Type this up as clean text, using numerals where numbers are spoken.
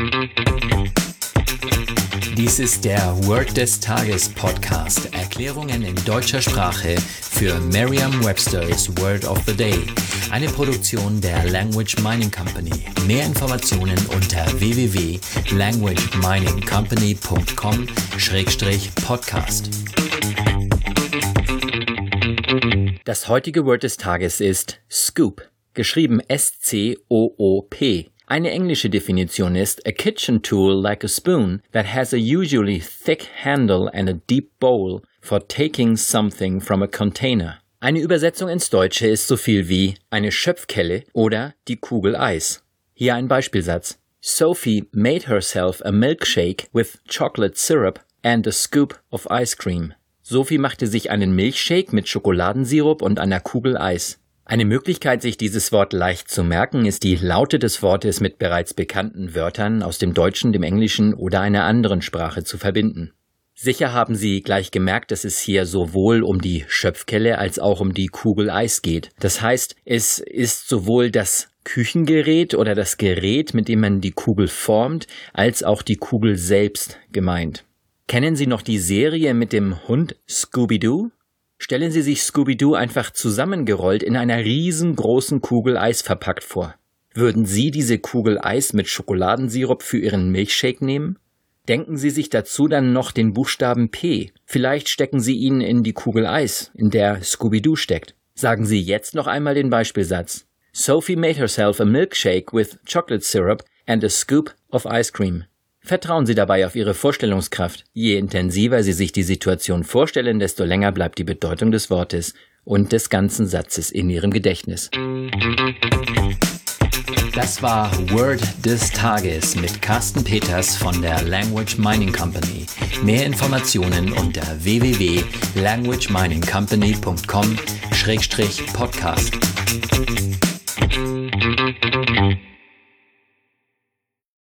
Dies ist der Word des Tages Podcast. Erklärungen in deutscher Sprache für Merriam-Webster's Word of the Day. Eine Produktion der Language Mining Company. Mehr Informationen unter www.languageminingcompany.com/podcast. Das heutige Word des Tages ist Scoop, geschrieben S-C-O-O-P. Eine englische Definition ist a kitchen tool like a spoon that has a usually thick handle and a deep bowl for taking something from a container. Eine Übersetzung ins Deutsche ist so viel wie eine Schöpfkelle oder die Kugel Eis. Hier ein Beispielsatz. Sophie made herself a milkshake with chocolate syrup and a scoop of ice cream. Sophie machte sich einen Milchshake mit Schokoladensirup und einer Kugel Eis. Eine Möglichkeit, sich dieses Wort leicht zu merken, ist die Laute des Wortes mit bereits bekannten Wörtern aus dem Deutschen, dem Englischen oder einer anderen Sprache zu verbinden. Sicher haben Sie gleich gemerkt, dass es hier sowohl um die Schöpfkelle als auch um die Kugel Eis geht. Das heißt, es ist sowohl das Küchengerät oder das Gerät, mit dem man die Kugel formt, als auch die Kugel selbst gemeint. Kennen Sie noch die Serie mit dem Hund Scooby-Doo? Stellen Sie sich Scooby-Doo einfach zusammengerollt in einer riesengroßen Kugel Eis verpackt vor. Würden Sie diese Kugel Eis mit Schokoladensirup für Ihren Milchshake nehmen? Denken Sie sich dazu dann noch den Buchstaben P. Vielleicht stecken Sie ihn in die Kugel Eis, in der Scooby-Doo steckt. Sagen Sie jetzt noch einmal den Beispielsatz. Sophie made herself a milkshake with chocolate syrup and a scoop of ice cream. Vertrauen Sie dabei auf Ihre Vorstellungskraft. Je intensiver Sie sich die Situation vorstellen, desto länger bleibt die Bedeutung des Wortes und des ganzen Satzes in Ihrem Gedächtnis. Das war Word des Tages mit Carsten Peters von der Language Mining Company. Mehr Informationen unter www.languageminingcompany.com/podcast.